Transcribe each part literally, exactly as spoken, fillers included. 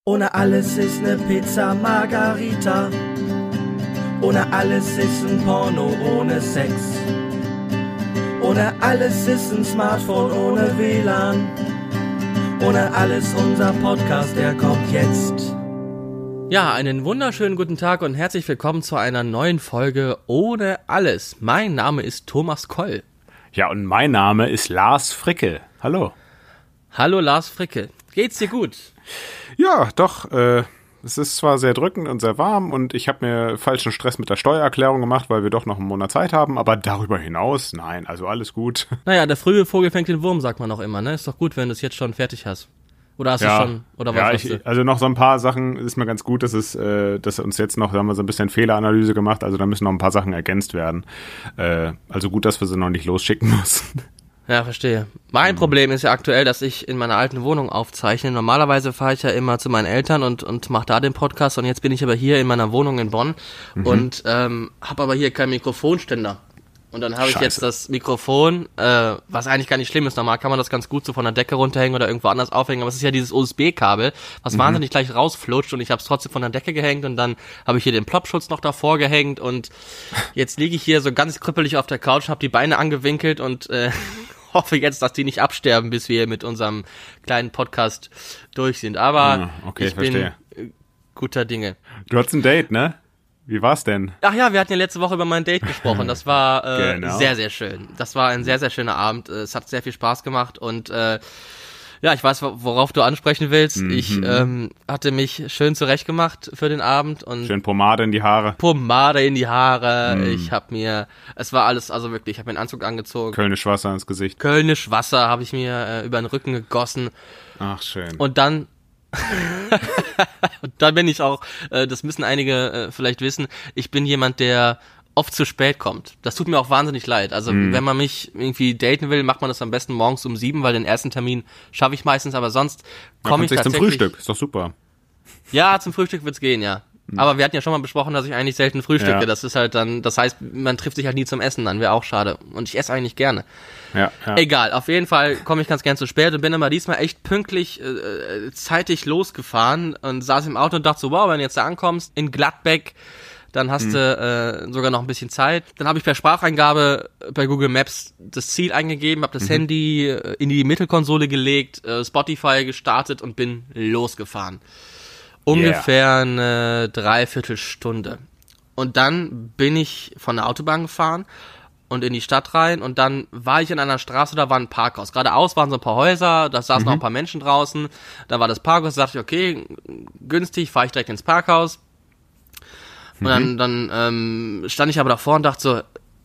Ohne alles ist ne Pizza Margarita. Ohne alles ist ein Porno ohne Sex. Ohne alles ist ein Smartphone ohne W L A N. Ohne alles unser Podcast, der kommt jetzt. Ja, einen wunderschönen guten Tag und herzlich willkommen zu einer neuen Folge Ohne alles. Mein Name ist Thomas Koll. Ja, und mein Name ist Lars Fricke. Hallo. Hallo Lars Fricke. Geht's dir gut? Ja, doch. Äh, es ist zwar sehr drückend und sehr warm und ich habe mir falschen Stress mit der Steuererklärung gemacht, weil wir doch noch einen Monat Zeit haben, aber darüber hinaus, nein, also alles gut. Naja, der frühe Vogel fängt den Wurm, sagt man auch immer, ne? Ist doch gut, wenn du es jetzt schon fertig hast. Oder hast ja, du schon, oder was ja, hast ich, du? also noch so ein paar Sachen ist mir ganz gut, dass es, äh, dass uns jetzt noch, da haben wir so ein bisschen Fehleranalyse gemacht, also da müssen noch ein paar Sachen ergänzt werden. Äh, also gut, dass wir sie noch nicht losschicken müssen. Ja, verstehe. Mein mhm. Problem ist ja aktuell, dass ich in meiner alten Wohnung aufzeichne. Normalerweise fahre ich ja immer zu meinen Eltern und und mache da den Podcast und jetzt bin ich aber hier in meiner Wohnung in Bonn mhm. und ähm, habe aber hier keinen Mikrofonständer. Und dann habe ich jetzt das Mikrofon, äh, was eigentlich gar nicht schlimm ist. Normal kann man das ganz gut so von der Decke runterhängen oder irgendwo anders aufhängen. Aber es ist ja dieses U S B-Kabel, was mhm. wahnsinnig gleich rausflutscht. Und ich habe es trotzdem von der Decke gehängt. Und dann habe ich hier den Plopschutz noch davor gehängt. Und jetzt liege ich hier so ganz krüppelig auf der Couch, habe die Beine angewinkelt und äh, hoffe jetzt, dass die nicht absterben, bis wir mit unserem kleinen Podcast durch sind. Aber ah, okay, ich verstehe. bin äh, guter Dinge. Du hattest ein Date, ne? Wie war's denn? Ach ja, wir hatten ja letzte Woche über mein Date gesprochen. Das war äh, genau. sehr, sehr schön. Das war ein sehr, sehr schöner Abend. Es hat sehr viel Spaß gemacht und äh, ja, ich weiß, worauf du ansprechen willst. Mhm. Ich ähm, hatte mich schön zurechtgemacht für den Abend und schön Pomade in die Haare. Pomade in die Haare. Mhm. Ich habe mir, es war alles, also wirklich, ich habe mir einen Anzug angezogen. Kölnisch Wasser ins Gesicht. Kölnisch Wasser habe ich mir äh, über den Rücken gegossen. Ach, schön. Und dann und da bin ich auch, äh, das müssen einige äh, vielleicht wissen, ich bin jemand, der oft zu spät kommt. Das tut mir auch wahnsinnig leid. Also mm. wenn man mich irgendwie daten will, macht man das am besten morgens um sieben, weil den ersten Termin schaffe ich meistens, aber sonst komme ich tatsächlich... zum Frühstück, ist doch super. Ja, zum Frühstück wird's gehen, ja. Aber wir hatten ja schon mal besprochen, dass ich eigentlich selten frühstücke. Ja. Das ist halt dann, das heißt, man trifft sich halt nie zum Essen dann, wäre auch schade. Und ich esse eigentlich gerne. Ja, ja. Egal, auf jeden Fall komme ich ganz gern zu spät und bin aber diesmal echt pünktlich, äh, zeitig losgefahren und saß im Auto und dachte so, wow, wenn du jetzt da ankommst in Gladbeck, dann hast mhm. du äh, sogar noch ein bisschen Zeit. Dann habe ich per Spracheingabe bei Google Maps das Ziel eingegeben, habe das mhm. Handy in die Mittelkonsole gelegt, äh, Spotify gestartet und bin losgefahren. Ungefähr yeah. eine Dreiviertelstunde. Und dann bin ich von der Autobahn gefahren und in die Stadt rein und dann war ich in einer Straße, da war ein Parkhaus. Geradeaus waren so ein paar Häuser, da saßen mhm. noch ein paar Menschen draußen. Da war das Parkhaus, da dachte ich, okay, günstig, fahre ich direkt ins Parkhaus. Und mhm. dann, dann ähm, stand ich aber davor und dachte so,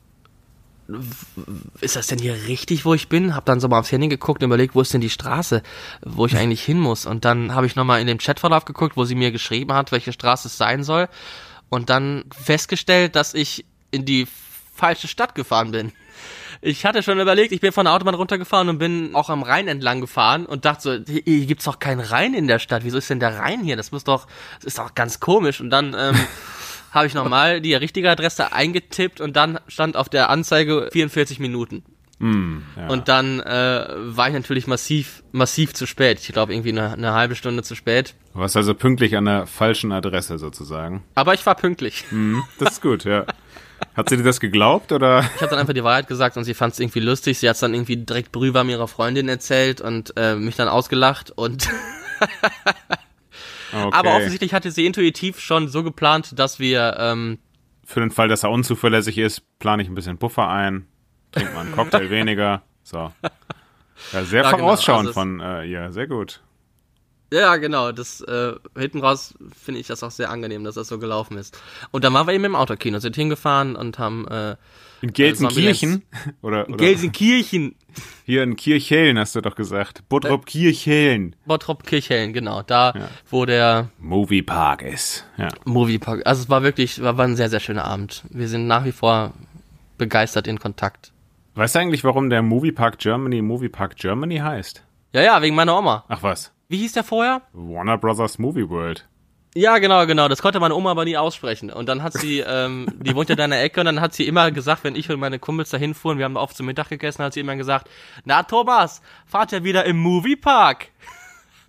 ist das denn hier richtig, wo ich bin? Hab dann so mal aufs Handy geguckt und überlegt, wo ist denn die Straße, wo ich eigentlich hin muss. Und dann habe ich nochmal in dem Chatverlauf geguckt, wo sie mir geschrieben hat, welche Straße es sein soll. Und dann festgestellt, dass ich in die falsche Stadt gefahren bin. Ich hatte schon überlegt, ich bin von der Autobahn runtergefahren und bin auch am Rhein entlang gefahren und dachte so, hier gibt's doch keinen Rhein in der Stadt. Wieso ist denn der Rhein hier? Das muss doch, das ist doch ganz komisch. Und dann ähm, habe ich nochmal die richtige Adresse eingetippt und dann stand auf der Anzeige vierundvierzig Minuten. Mm, ja. Und dann äh, war ich natürlich massiv, massiv zu spät. Ich glaube irgendwie eine, eine halbe Stunde zu spät. Du warst also pünktlich an der falschen Adresse sozusagen. Aber ich war pünktlich. Mm, das ist gut, ja. Hat sie dir das geglaubt, oder? Ich habe dann einfach die Wahrheit gesagt und sie fand es irgendwie lustig. Sie hat es dann irgendwie direkt brühwarm ihrer Freundin erzählt und äh, mich dann ausgelacht und okay. Aber offensichtlich hatte sie intuitiv schon so geplant, dass wir ähm, für den Fall, dass er unzuverlässig ist, plane ich ein bisschen Puffer ein, trink mal einen Cocktail weniger. So. Ja, sehr ja, vorausschauend genau. also von äh, ihr, sehr gut. Ja, genau, das äh, hinten raus finde ich das auch sehr angenehm, dass das so gelaufen ist. Und dann waren wir eben im Autokino, sind hingefahren und haben äh, in Gelsenkirchen oder, oder Gelsenkirchen. Hier in Kirchhellen hast du doch gesagt. Bottrop Kirchhellen. Bottrop Kirchhellen, genau, da ja. wo der Moviepark ist. Ja. Moviepark. Also es war wirklich, war, war ein sehr sehr schöner Abend. Wir sind nach wie vor begeistert in Kontakt. Weißt du eigentlich, warum der Moviepark Germany Moviepark Germany heißt? Ja, ja, wegen meiner Oma. Ach was. Wie hieß der vorher? Warner Brothers Movie World. Ja, genau, genau. Das konnte meine Oma aber nie aussprechen. Und dann hat sie, ähm, die wohnt ja da in der Ecke und dann hat sie immer gesagt, wenn ich und meine Kumpels da hinfuhren, wir haben oft zum Mittag gegessen, hat sie immer gesagt, na Thomas, fahrt ihr wieder im Moviepark?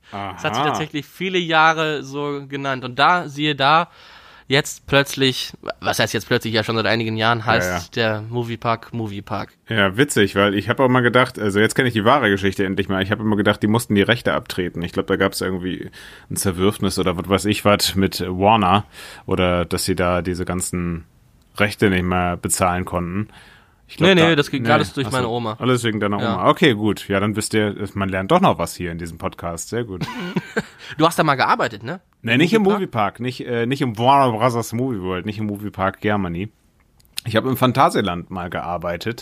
Aha. Das hat sich tatsächlich viele Jahre so genannt. Und da, siehe da, jetzt plötzlich, was heißt jetzt plötzlich, ja schon seit einigen Jahren, heißt ja, ja. der Moviepark Moviepark. Ja, witzig, weil ich habe auch mal gedacht, also jetzt kenne ich die wahre Geschichte endlich mal, ich habe immer gedacht, die mussten die Rechte abtreten. Ich glaube, da gab es irgendwie ein Zerwürfnis oder was weiß ich was mit Warner oder dass sie da diese ganzen Rechte nicht mehr bezahlen konnten. Ich glaub, nee, nee, da, das ging nee, alles durch achso, meine Oma. Alles wegen deiner ja. Oma. Okay, gut. Ja, dann wisst ihr, man lernt doch noch was hier in diesem Podcast. Sehr gut. Du hast da mal gearbeitet, ne? Nee, nicht im Moviepark, nicht, äh, nicht im Warner Brothers Movie World, nicht im Moviepark Germany. Ich habe im Phantasialand mal gearbeitet,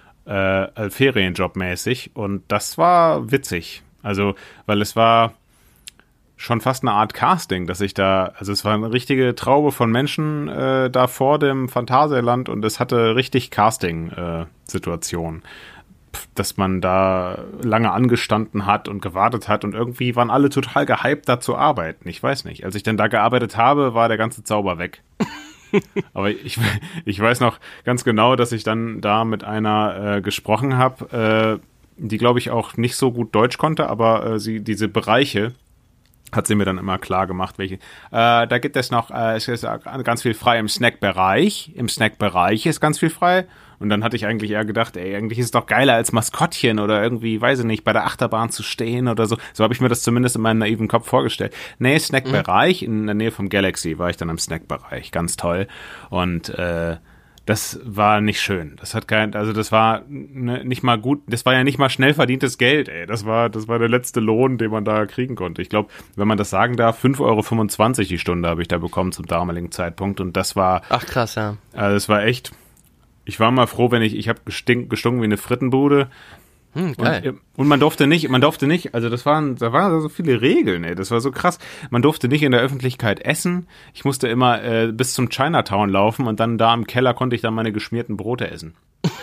äh, Ferienjob-mäßig, und das war witzig. Also, weil es war schon fast eine Art Casting, dass ich da, also es war eine richtige Traube von Menschen äh, da vor dem Phantasialand und es hatte richtig Casting-Situation. Äh, dass man da lange angestanden hat und gewartet hat und irgendwie waren alle total gehypt, da zu arbeiten. Ich weiß nicht. Als ich dann da gearbeitet habe, war der ganze Zauber weg. Aber ich, ich weiß noch ganz genau, dass ich dann da mit einer äh, gesprochen habe, äh, die, glaube ich, auch nicht so gut Deutsch konnte, aber äh, sie diese Bereiche hat sie mir dann immer klar gemacht, welche. Äh, da gibt es noch, äh, es ist ganz viel frei im Snackbereich. Im Snackbereich ist ganz viel frei. Und dann hatte ich eigentlich eher gedacht, ey, eigentlich ist es doch geiler als Maskottchen oder irgendwie, weiß ich nicht, bei der Achterbahn zu stehen oder so. So habe ich mir das zumindest in meinem naiven Kopf vorgestellt. Nee, Snackbereich, mhm. in der Nähe vom Galaxy war ich dann im Snackbereich. Ganz toll. Und äh, das war nicht schön. Das hat kein, also das war ne, nicht mal gut, das war ja nicht mal schnell verdientes Geld, ey. Das war, das war der letzte Lohn, den man da kriegen konnte. Ich glaube, wenn man das sagen darf, fünf Euro fünfundzwanzig die Stunde habe ich da bekommen zum damaligen Zeitpunkt. Und das war. Ach krass, ja. Also das war echt. Ich war mal froh, wenn ich, ich habe gestunken wie eine Frittenbude. Hm, geil. Und, und man durfte nicht, man durfte nicht, also das waren, da waren so viele Regeln, ey, das war so krass. Man durfte nicht in der Öffentlichkeit essen. Ich musste immer äh, bis zum Chinatown laufen und dann da im Keller konnte ich dann meine geschmierten Brote essen.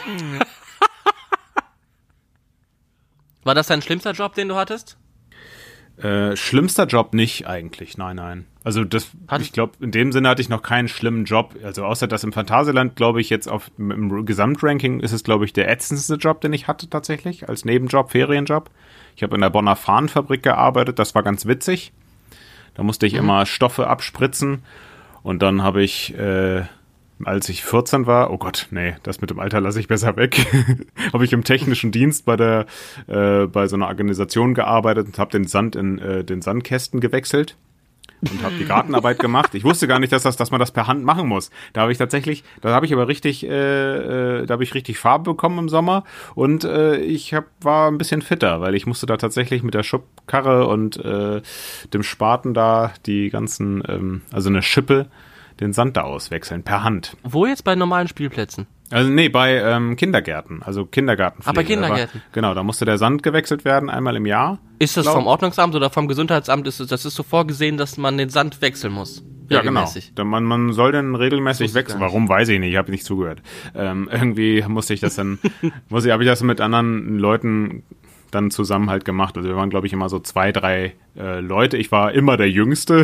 War das dein schlimmster Job, den du hattest? Äh, schlimmster Job nicht eigentlich, nein, nein. Also das, Hat ich glaube, in dem Sinne hatte ich noch keinen schlimmen Job. Also außer dass im Phantasialand, glaube ich, jetzt auf im Gesamtranking ist es, glaube ich, der ätzendste Job, den ich hatte tatsächlich, als Nebenjob, Ferienjob. Ich habe in der Bonner Fahnenfabrik gearbeitet, das war ganz witzig. Da musste ich mhm. immer Stoffe abspritzen und dann habe ich, äh, als ich vierzehn war, oh Gott, nee, das mit dem Alter lasse ich besser weg, habe ich im technischen Dienst bei der, äh, bei so einer Organisation gearbeitet und habe den Sand in äh, den Sandkästen gewechselt. Und habe die Gartenarbeit gemacht. Ich wusste gar nicht, dass das, dass man das per Hand machen muss. Da habe ich tatsächlich, da habe ich aber richtig, äh, da habe ich richtig Farbe bekommen im Sommer und äh, ich hab, war ein bisschen fitter, weil ich musste da tatsächlich mit der Schubkarre und äh, dem Spaten da die ganzen, ähm, also eine Schippe, den Sand da auswechseln per Hand. Wo jetzt bei normalen Spielplätzen? Also nee, bei ähm, Kindergärten, also Kindergartenpflege. Aber Kindergärten? War, genau, da musste der Sand gewechselt werden, einmal im Jahr. Ist das glaub. vom Ordnungsamt oder vom Gesundheitsamt? Ist das, das ist so vorgesehen, dass man den Sand wechseln muss? Ja, genau. Man, man soll den regelmäßig wechseln. Warum, weiß ich nicht. Ich habe nicht zugehört. Ähm, irgendwie musste ich das dann, muss ich, habe ich das mit anderen Leuten dann zusammen halt gemacht. Also wir waren, glaube ich, immer so zwei, drei äh, Leute. Ich war immer der Jüngste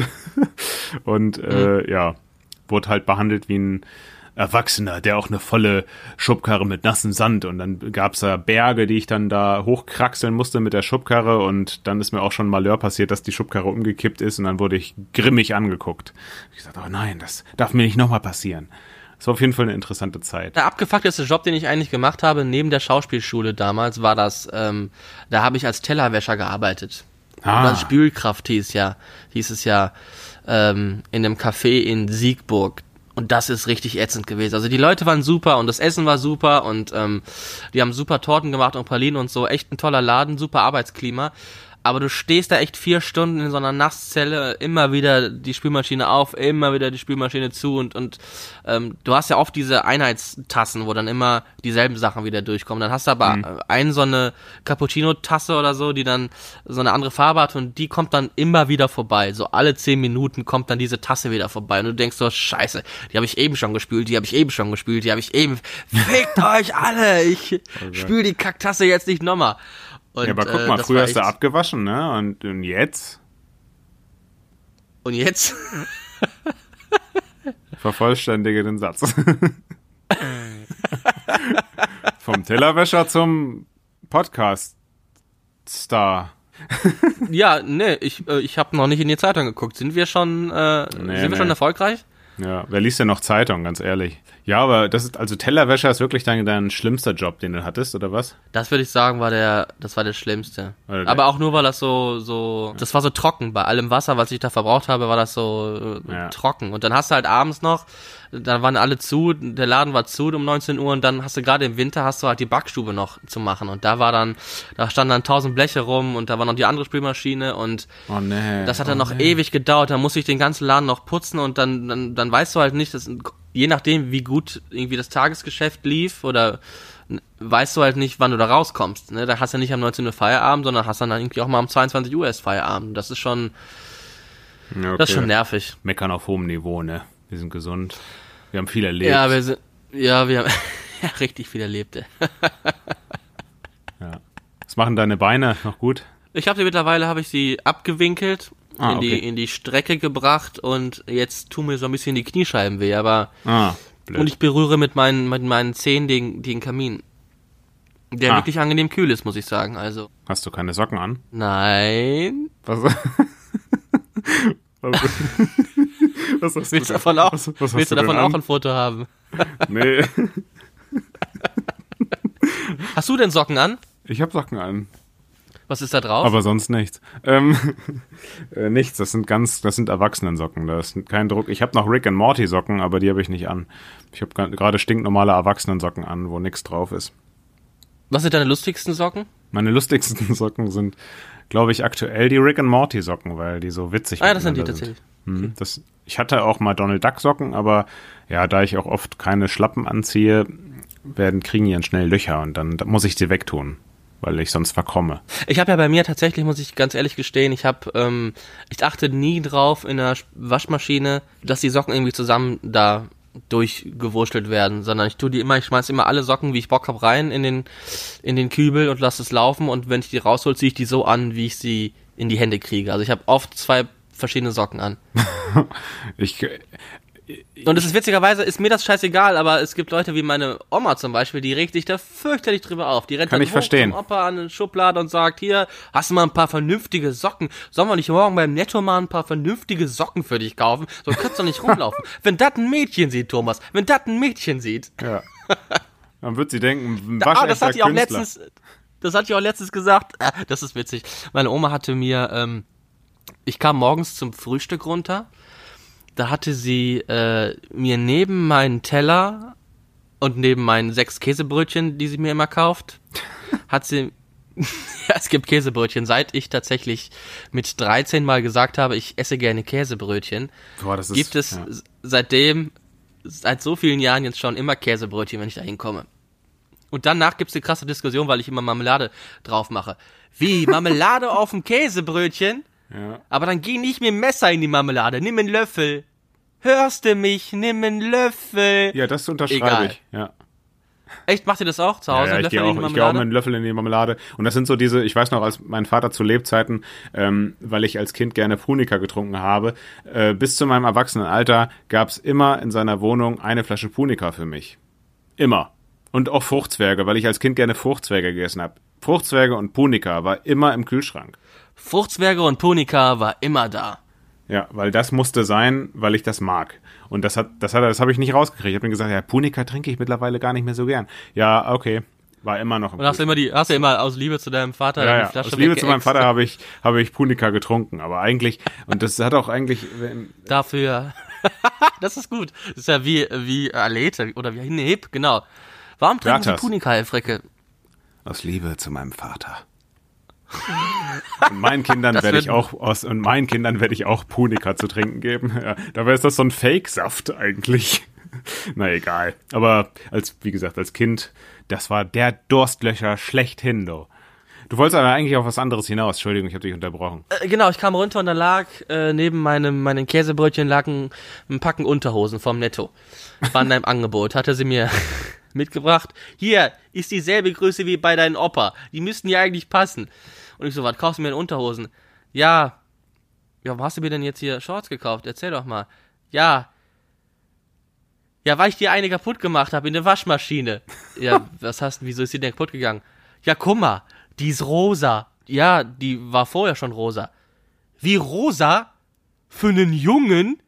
und äh, mhm. ja, wurde halt behandelt wie ein Erwachsener, der auch eine volle Schubkarre mit nassem Sand, und dann gab's da Berge, die ich dann da hochkraxeln musste mit der Schubkarre, und dann ist mir auch schon Malheur passiert, dass die Schubkarre umgekippt ist, und dann wurde ich grimmig angeguckt. Ich sagte, oh nein, das darf mir nicht nochmal passieren. Das war auf jeden Fall eine interessante Zeit. Der abgefuckteste Job, den ich eigentlich gemacht habe, neben der Schauspielschule damals, war das, ähm, da habe ich als Tellerwäscher gearbeitet. Ah. Oder Spülkraft hieß ja, hieß es ja, ähm, in einem Café in Siegburg. Und das ist richtig ätzend gewesen. Also die Leute waren super und das Essen war super und ähm, die haben super Torten gemacht und Pralinen und so. Echt ein toller Laden, super Arbeitsklima. Aber du stehst da echt vier Stunden in so einer Nasszelle, immer wieder die Spülmaschine auf, immer wieder die Spülmaschine zu und und ähm, du hast ja oft diese Einheitstassen, wo dann immer dieselben Sachen wieder durchkommen. Dann hast du aber mhm. eine so eine Cappuccino-Tasse oder so, die dann so eine andere Farbe hat und die kommt dann immer wieder vorbei. So alle zehn Minuten kommt dann diese Tasse wieder vorbei und du denkst so, scheiße, die habe ich eben schon gespült, die habe ich eben schon gespült, die habe ich eben... Fickt euch alle! Ich okay. spül die Kacktasse jetzt nicht nochmal. Und, ja, aber guck mal, äh, früher hast du abgewaschen, ne? Und, und jetzt? Und jetzt? Vervollständige den Satz. Vom Tellerwäscher zum Podcast-Star. Ja, nee, ich, äh, ich habe noch nicht in die Zeitung geguckt. Sind wir schon, äh, Nee, sind wir nee. schon erfolgreich? Ja, wer liest denn noch Zeitung, ganz ehrlich? Ja, aber das ist, also Tellerwäscher ist wirklich dein, dein schlimmster Job, den du hattest, oder was? Das würde ich sagen, war der, das war der Schlimmste. Oder der- Aber auch nur, weil das so, so, das war so trocken. Bei allem Wasser, was ich da verbraucht habe, war das so äh, Ja. trocken. Und dann hast du halt abends noch, da waren alle zu, der Laden war zu um neunzehn Uhr und dann hast du gerade im Winter hast du halt die Backstube noch zu machen. Und da war dann, da standen dann tausend Bleche rum und da war noch die andere Spülmaschine und Oh nee. das hat dann oh, noch nee. ewig gedauert. Da musste ich den ganzen Laden noch putzen und dann, dann, dann weißt du halt nicht, dass, je nachdem, wie gut irgendwie das Tagesgeschäft lief oder n- weißt du halt nicht, wann du da rauskommst. Ne? Da hast du nicht am neunzehn Uhr Feierabend, sondern hast dann irgendwie auch mal um zweiundzwanzig Uhr erst Feierabend. Das ist schon, Ja, okay. das ist schon nervig. Meckern auf hohem Niveau, ne? Wir sind gesund. Wir haben viel erlebt. Ja, wir sind, ja, wir haben ja, richtig viel erlebt. ey. Ja. Was machen deine Beine noch gut? Ich habe sie mittlerweile, habe ich sie abgewinkelt, Ah, in, die, okay. in die Strecke gebracht und jetzt tun mir so ein bisschen die Kniescheiben weh, aber Ah, blöd. und ich berühre mit meinen, mit meinen Zehen den, den Kamin. Der Ah. wirklich angenehm kühl ist, muss ich sagen. Also, Hast du keine Socken an? nein. Was? was, was hast Willst du denn- davon auch, was, was hast willst du denn davon an? auch ein Foto haben? Nee, Hast du denn Socken an? ich hab Socken an, Was ist da drauf? aber sonst nichts. Ähm, äh, nichts, das sind ganz, das sind Erwachsenensocken, da ist kein Druck. Ich habe noch Rick and Morty Socken, aber die habe ich nicht an. Ich habe gerade stinknormale Erwachsenensocken an, wo nichts drauf ist. Was sind deine lustigsten Socken? Meine lustigsten Socken sind, glaube ich, aktuell die Rick and Morty Socken, weil die so witzig Ah, ja, das sind die miteinander tatsächlich. Hm, das, ich hatte auch mal Donald Duck Socken, aber ja, da ich auch oft keine Schlappen anziehe, werden kriegen die dann schnell Löcher und dann muss ich sie wegtun, weil ich sonst verkomme. Ich habe ja bei mir tatsächlich, muss ich ganz ehrlich gestehen, ich habe, ähm, ich achte nie drauf in der Waschmaschine, dass die Socken irgendwie zusammen da durchgewurschtelt werden, sondern ich tue die immer, ich schmeiß immer alle Socken, wie ich Bock hab, rein in den in den Kübel und lasse es laufen und wenn ich die raushol, ziehe ich die so an, wie ich sie in die Hände kriege. Also ich habe oft zwei verschiedene Socken an. Ich, Und es ist witzigerweise, ist mir das scheißegal, aber es gibt Leute wie meine Oma zum Beispiel, die regt sich da fürchterlich drüber auf. Die rennt Kann dann ich hoch verstehen. zum Opa an den Schublade und sagt, hier, hast du mal ein paar vernünftige Socken? Sollen wir nicht morgen beim Netto mal ein paar vernünftige Socken für dich kaufen? So kannst du nicht rumlaufen. Wenn das ein Mädchen sieht, Thomas, wenn das ein Mädchen sieht. ja. Dann wird sie denken, Ah, das waschechter hat die auch Künstler. letztens, das hat die auch letztens gesagt. Ah, das ist witzig. Meine Oma hatte mir, ähm, ich kam morgens zum Frühstück runter. Da hatte sie äh, mir neben meinen Teller und neben meinen sechs Käsebrötchen, die sie mir immer kauft, hat sie, ja, es gibt Käsebrötchen, seit ich tatsächlich mit dreizehn Mal gesagt habe, ich esse gerne Käsebrötchen, Boah, das ist, gibt es ja. s- seitdem, seit so vielen Jahren jetzt schon immer Käsebrötchen, wenn ich da hinkomme. Und danach gibt's eine krasse Diskussion, weil ich immer Marmelade drauf mache. Wie, Marmelade auf dem Käsebrötchen? Ja. Aber dann geh nicht mit dem Messer in die Marmelade, nimm einen Löffel. Hörst du mich? Nimm einen Löffel. ja, das unterschreibe Egal. ich. Ja. Echt, macht ihr das auch zu Hause? Ja, ja, ich gehe Löffel in auch, die ich gehe auch mit Marmelade? einem Löffel in die Marmelade. Und das sind so diese, ich weiß noch, als mein Vater zu Lebzeiten, ähm, weil ich als Kind gerne Punika getrunken habe, äh, bis zu meinem Erwachsenenalter gab's immer in seiner Wohnung eine Flasche Punika für mich. Immer. Und auch Fruchtzwerge, weil ich als Kind gerne Fruchtzwerge gegessen habe. Fruchtzwerge und Punika war immer im Kühlschrank. Fruchtzwerge und Punika war immer da. Ja, weil das musste sein, weil ich das mag. Und das hat, das hat, das habe ich nicht rausgekriegt. Ich habe ihm gesagt, ja, Punika trinke ich mittlerweile gar nicht mehr so gern. Ja, okay, war immer noch im Und hast du immer die, hast du immer aus Liebe zu deinem Vater Ja, die ja. Flasche Aus Liebe zu meinem weggeäxt? Vater habe ich, habe ich Punika getrunken, aber eigentlich, und das hat auch eigentlich, wenn- Dafür. Das ist gut. Das ist ja wie, wie Alete oder wie Hip, genau. Warum trinken Sie Berthas. Punika, Herr Frecke? aus Liebe zu meinem Vater. Und meinen Kindern Das werde ich wird- auch aus, und meinen Kindern werde ich auch Punika zu trinken geben. Ja, dabei ist das so ein Fake-Saft eigentlich. Na egal. Aber als, wie gesagt, als Kind, das war der Durstlöcher schlechthin, du. Du wolltest aber eigentlich auf was anderes hinaus. Entschuldigung, ich habe dich unterbrochen. Äh, genau, ich kam runter und da lag äh, neben meinem meinen Käsebrötchen lag ein, ein Packen Unterhosen vom Netto. War in einem Angebot, hatte sie mir mitgebracht. Hier ist dieselbe Größe wie bei deinem Opa. Die müssten ja eigentlich passen. Und ich so, was kaufst du mir denn Unterhosen? Ja. Ja, warum hast du mir denn jetzt hier Shorts gekauft? Erzähl doch mal. Ja. Ja, weil ich dir eine kaputt gemacht habe in der Waschmaschine. Ja, was hast du, wieso ist die denn kaputt gegangen? Ja, guck mal, die ist rosa. Ja, die war vorher schon rosa. Wie rosa? Für einen Jungen?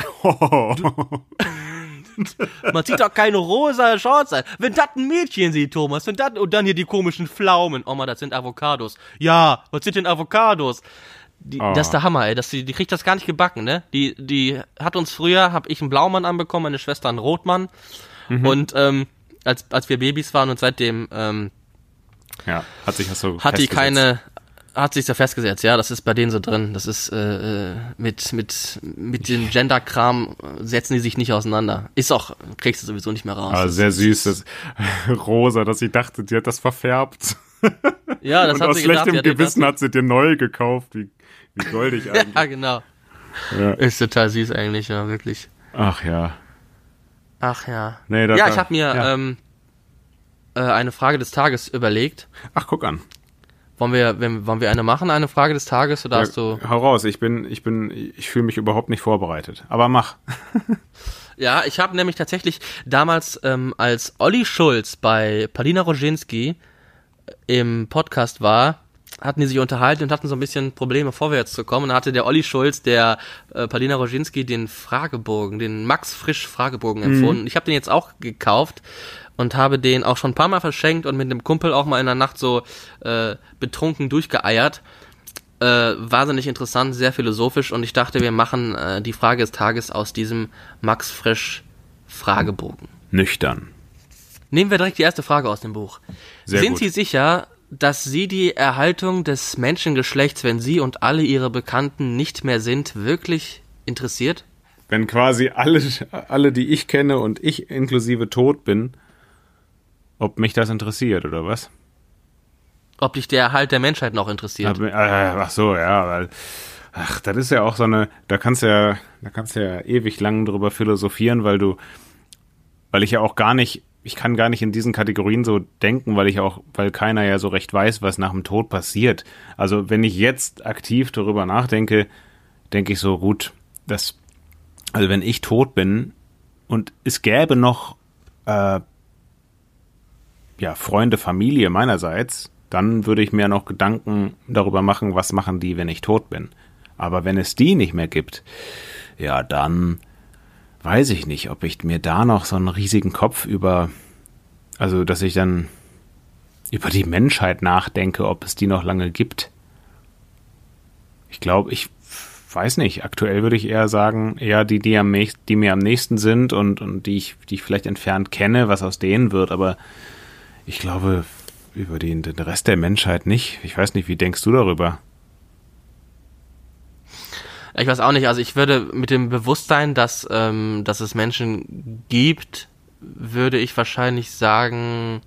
Man sieht doch keine rosa Shorts an. Wenn das ein Mädchen sieht, Thomas, wenn das, und dann hier die komischen Pflaumen. Oma, das sind Avocados. Ja, was sind denn Avocados? Die, oh. Das ist der Hammer, ey. Das, die, die kriegt das gar nicht gebacken, ne? Die, die hat uns früher, hab ich einen Blaumann anbekommen, meine Schwester einen Rotmann. Mhm. Und, ähm, als, als wir Babys waren und seitdem, ähm, ja, hat sich das so hat die keine, hat sich da festgesetzt, ja, das ist bei denen so drin. Das ist äh, mit mit mit dem Gender-Kram setzen die sich nicht auseinander. Ist auch, kriegst du sowieso nicht mehr raus. Aber sehr süß, das Rosa, dass ich dachte, die hat das verfärbt. Ja, das und hat aus sie schlechtem gedacht, Gewissen hat sie dir neu gekauft. Wie, wie goldig eigentlich. Ja, genau. Ja. Ist total süß eigentlich, ja, wirklich. Ach ja. Ach ja. Nee, ja, ich habe mir ja. ähm, äh, eine Frage des Tages überlegt. Ach, guck an. Wollen wir, wollen wir eine machen, eine Frage des Tages, oder ja, hast du... Hau raus, ich bin, ich bin, ich fühle mich überhaupt nicht vorbereitet. Aber mach. Ja, ich habe nämlich tatsächlich damals, ähm, als Olli Schulz bei Paulina Roginski im Podcast war, hatten die sich unterhalten und hatten so ein bisschen Probleme, vorwärts zu kommen. Und da hatte der Olli Schulz, der äh, Paulina Roginski, den Fragebogen, den Max Frisch Fragebogen empfohlen. Mhm. Ich habe den jetzt auch gekauft und habe den auch schon ein paar Mal verschenkt und mit einem Kumpel auch mal in der Nacht so äh, betrunken durchgeeiert. Äh, wahnsinnig interessant, sehr philosophisch, und ich dachte, wir machen äh, die Frage des Tages aus diesem Max Frisch Fragebogen. Nüchtern. Nehmen wir direkt die erste Frage aus dem Buch. Sehr Sind gut. Sie sicher, dass Sie die Erhaltung des Menschengeschlechts, wenn Sie und alle Ihre Bekannten nicht mehr sind, wirklich interessiert? Wenn quasi alle, alle, die ich kenne und ich inklusive tot bin, ob mich das interessiert, oder was? Ob dich der Erhalt der Menschheit noch interessiert? Ach so, ja, weil, ach, das ist ja auch so eine, da kannst du ja, da kannst du ja ewig lang drüber philosophieren, weil du, weil ich ja auch gar nicht, ich kann gar nicht in diesen Kategorien so denken, weil ich auch, weil keiner ja so recht weiß, was nach dem Tod passiert. Also wenn ich jetzt aktiv darüber nachdenke, denke ich so, gut, das, also wenn ich tot bin und es gäbe noch, äh, ja, Freunde, Familie meinerseits, dann würde ich mir noch Gedanken darüber machen, was machen die, wenn ich tot bin. Aber wenn es die nicht mehr gibt, ja, dann weiß ich nicht, ob ich mir da noch so einen riesigen Kopf über, also dass ich dann über die Menschheit nachdenke, ob es die noch lange gibt. Ich glaube, ich weiß nicht, aktuell würde ich eher sagen, eher die, die, am nächsten, die mir am nächsten sind und, und die ich, die ich vielleicht entfernt kenne, was aus denen wird, aber ich glaube, über den, den Rest der Menschheit nicht. Ich weiß nicht, wie denkst du darüber? Ich weiß auch nicht, also ich würde mit dem Bewusstsein, dass, ähm, dass es Menschen gibt, würde ich wahrscheinlich sagen,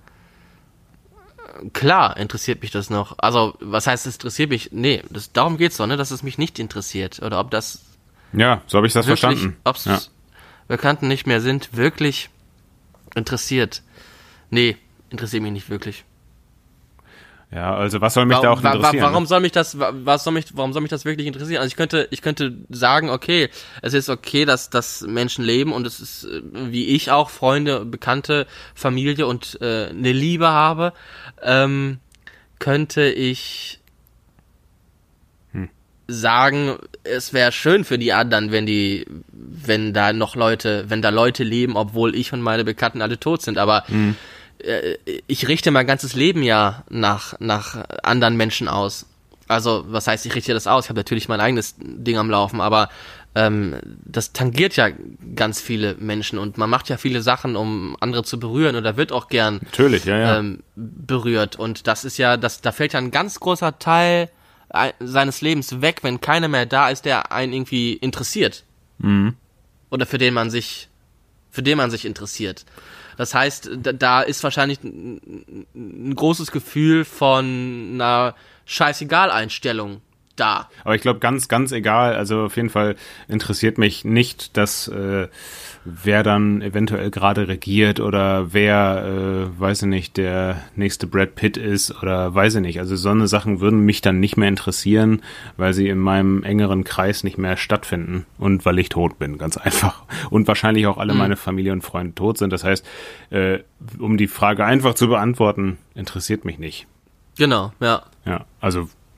klar, interessiert mich das noch. Also, was heißt, es interessiert mich? Nee, das, darum geht's doch, ne, dass es mich nicht interessiert. Oder ob das... Ja, so habe ich das wirklich, verstanden. Ob es ja. Bekannten nicht mehr sind, wirklich interessiert. Nee, interessiert mich nicht wirklich. Ja, also was soll mich warum, da auch interessieren? Warum soll mich das, was soll mich, warum soll mich das wirklich interessieren? Also ich könnte, ich könnte sagen, okay, es ist okay, dass, dass Menschen leben und es ist, wie ich auch, Freunde, Bekannte, Familie und äh, eine Liebe habe, ähm, könnte ich hm. sagen, es wäre schön für die anderen, wenn die, wenn da noch Leute, wenn da Leute leben, obwohl ich und meine Bekannten alle tot sind, aber hm. ich richte mein ganzes Leben ja nach, nach anderen Menschen aus. Also, was heißt, ich richte das aus? Ich habe natürlich mein eigenes Ding am Laufen, aber ähm, das tangiert ja ganz viele Menschen und man macht ja viele Sachen, um andere zu berühren, oder wird auch gern natürlich, ja, ja. Ähm, berührt. Und das ist ja, das, da fällt ja ein ganz großer Teil seines Lebens weg, wenn keiner mehr da ist, der einen irgendwie interessiert. Mhm. Oder für den man sich, für den man sich interessiert. Das heißt, da, da ist wahrscheinlich ein, ein großes Gefühl von einer Scheißegal-Einstellung da. Aber ich glaube, ganz, ganz egal, also auf jeden Fall interessiert mich nicht, dass äh, wer dann eventuell gerade regiert oder wer, äh, weiß ich nicht, der nächste Brad Pitt ist oder weiß ich nicht. Also so eine Sachen würden mich dann nicht mehr interessieren, weil sie in meinem engeren Kreis nicht mehr stattfinden und weil ich tot bin, ganz einfach. Und wahrscheinlich auch alle mhm. meine Familie und Freunde tot sind. Das heißt, äh, um die Frage einfach zu beantworten, interessiert mich nicht. Genau, ja. Ja, also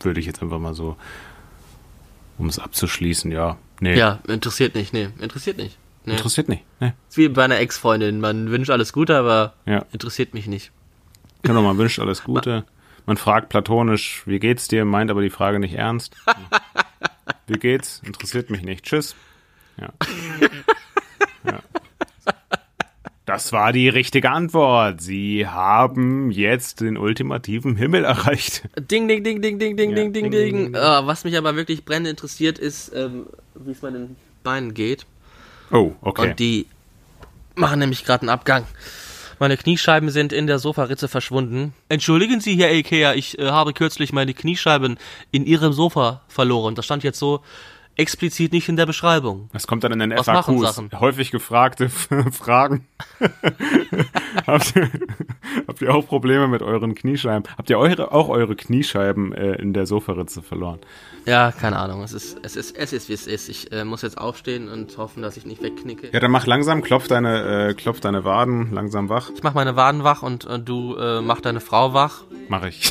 würde ich jetzt einfach mal so, um es abzuschließen, ja. Nee. Ja, interessiert nicht, nee, interessiert nicht. Nee. Interessiert nicht, nee. Ist wie bei einer Ex-Freundin, man wünscht alles Gute, aber ja. interessiert mich nicht. Genau, man wünscht alles Gute. Man fragt platonisch, wie geht's dir, meint aber die Frage nicht ernst. Wie geht's? Interessiert mich nicht. Tschüss. Ja. Ja. Das war die richtige Antwort. Sie haben jetzt den ultimativen Himmel erreicht. Ding, ding, ding, ding, ding, ding, Ja, ding, ding, ding, ding. ding, ding. Uh, was mich aber wirklich brennend interessiert, ist, ähm, wie es meinen Beinen geht. Oh, okay. Und die machen nämlich gerade einen Abgang. Meine Kniescheiben sind in der Sofaritze verschwunden. Entschuldigen Sie, Herr Ikea, ich äh, habe kürzlich meine Kniescheiben in Ihrem Sofa verloren. Das stand jetzt so explizit nicht in der Beschreibung. Das kommt dann in den Was F A machen Qs. Sachen? Häufig gefragte Fragen. habt, ihr, habt ihr auch Probleme mit euren Kniescheiben? Habt ihr eure, auch eure Kniescheiben äh, in der Sofaritze verloren? Ja, keine Ahnung. Es ist, es ist, es ist, wie es ist. Ich äh, muss jetzt aufstehen und hoffen, dass ich nicht wegknicke. Ja, dann mach langsam, klopf deine, äh, klopf deine Waden langsam wach. Ich mach meine Waden wach und äh, du äh, mach deine Frau wach. Mach ich.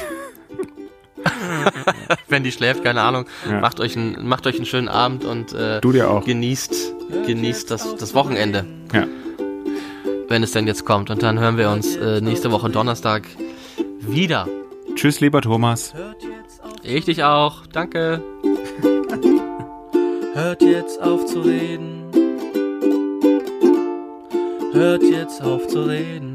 Wenn die schläft, keine Ahnung. Ja. Macht euch einen, macht euch einen schönen Abend und äh, Du dir auch. genießt, genießt das, das Wochenende, Ja. wenn es denn jetzt kommt. Und dann hören wir uns äh, nächste Woche Donnerstag wieder. Tschüss, lieber Thomas. Ich dich auch. Danke. Hört jetzt auf zu reden. Hört jetzt auf zu reden.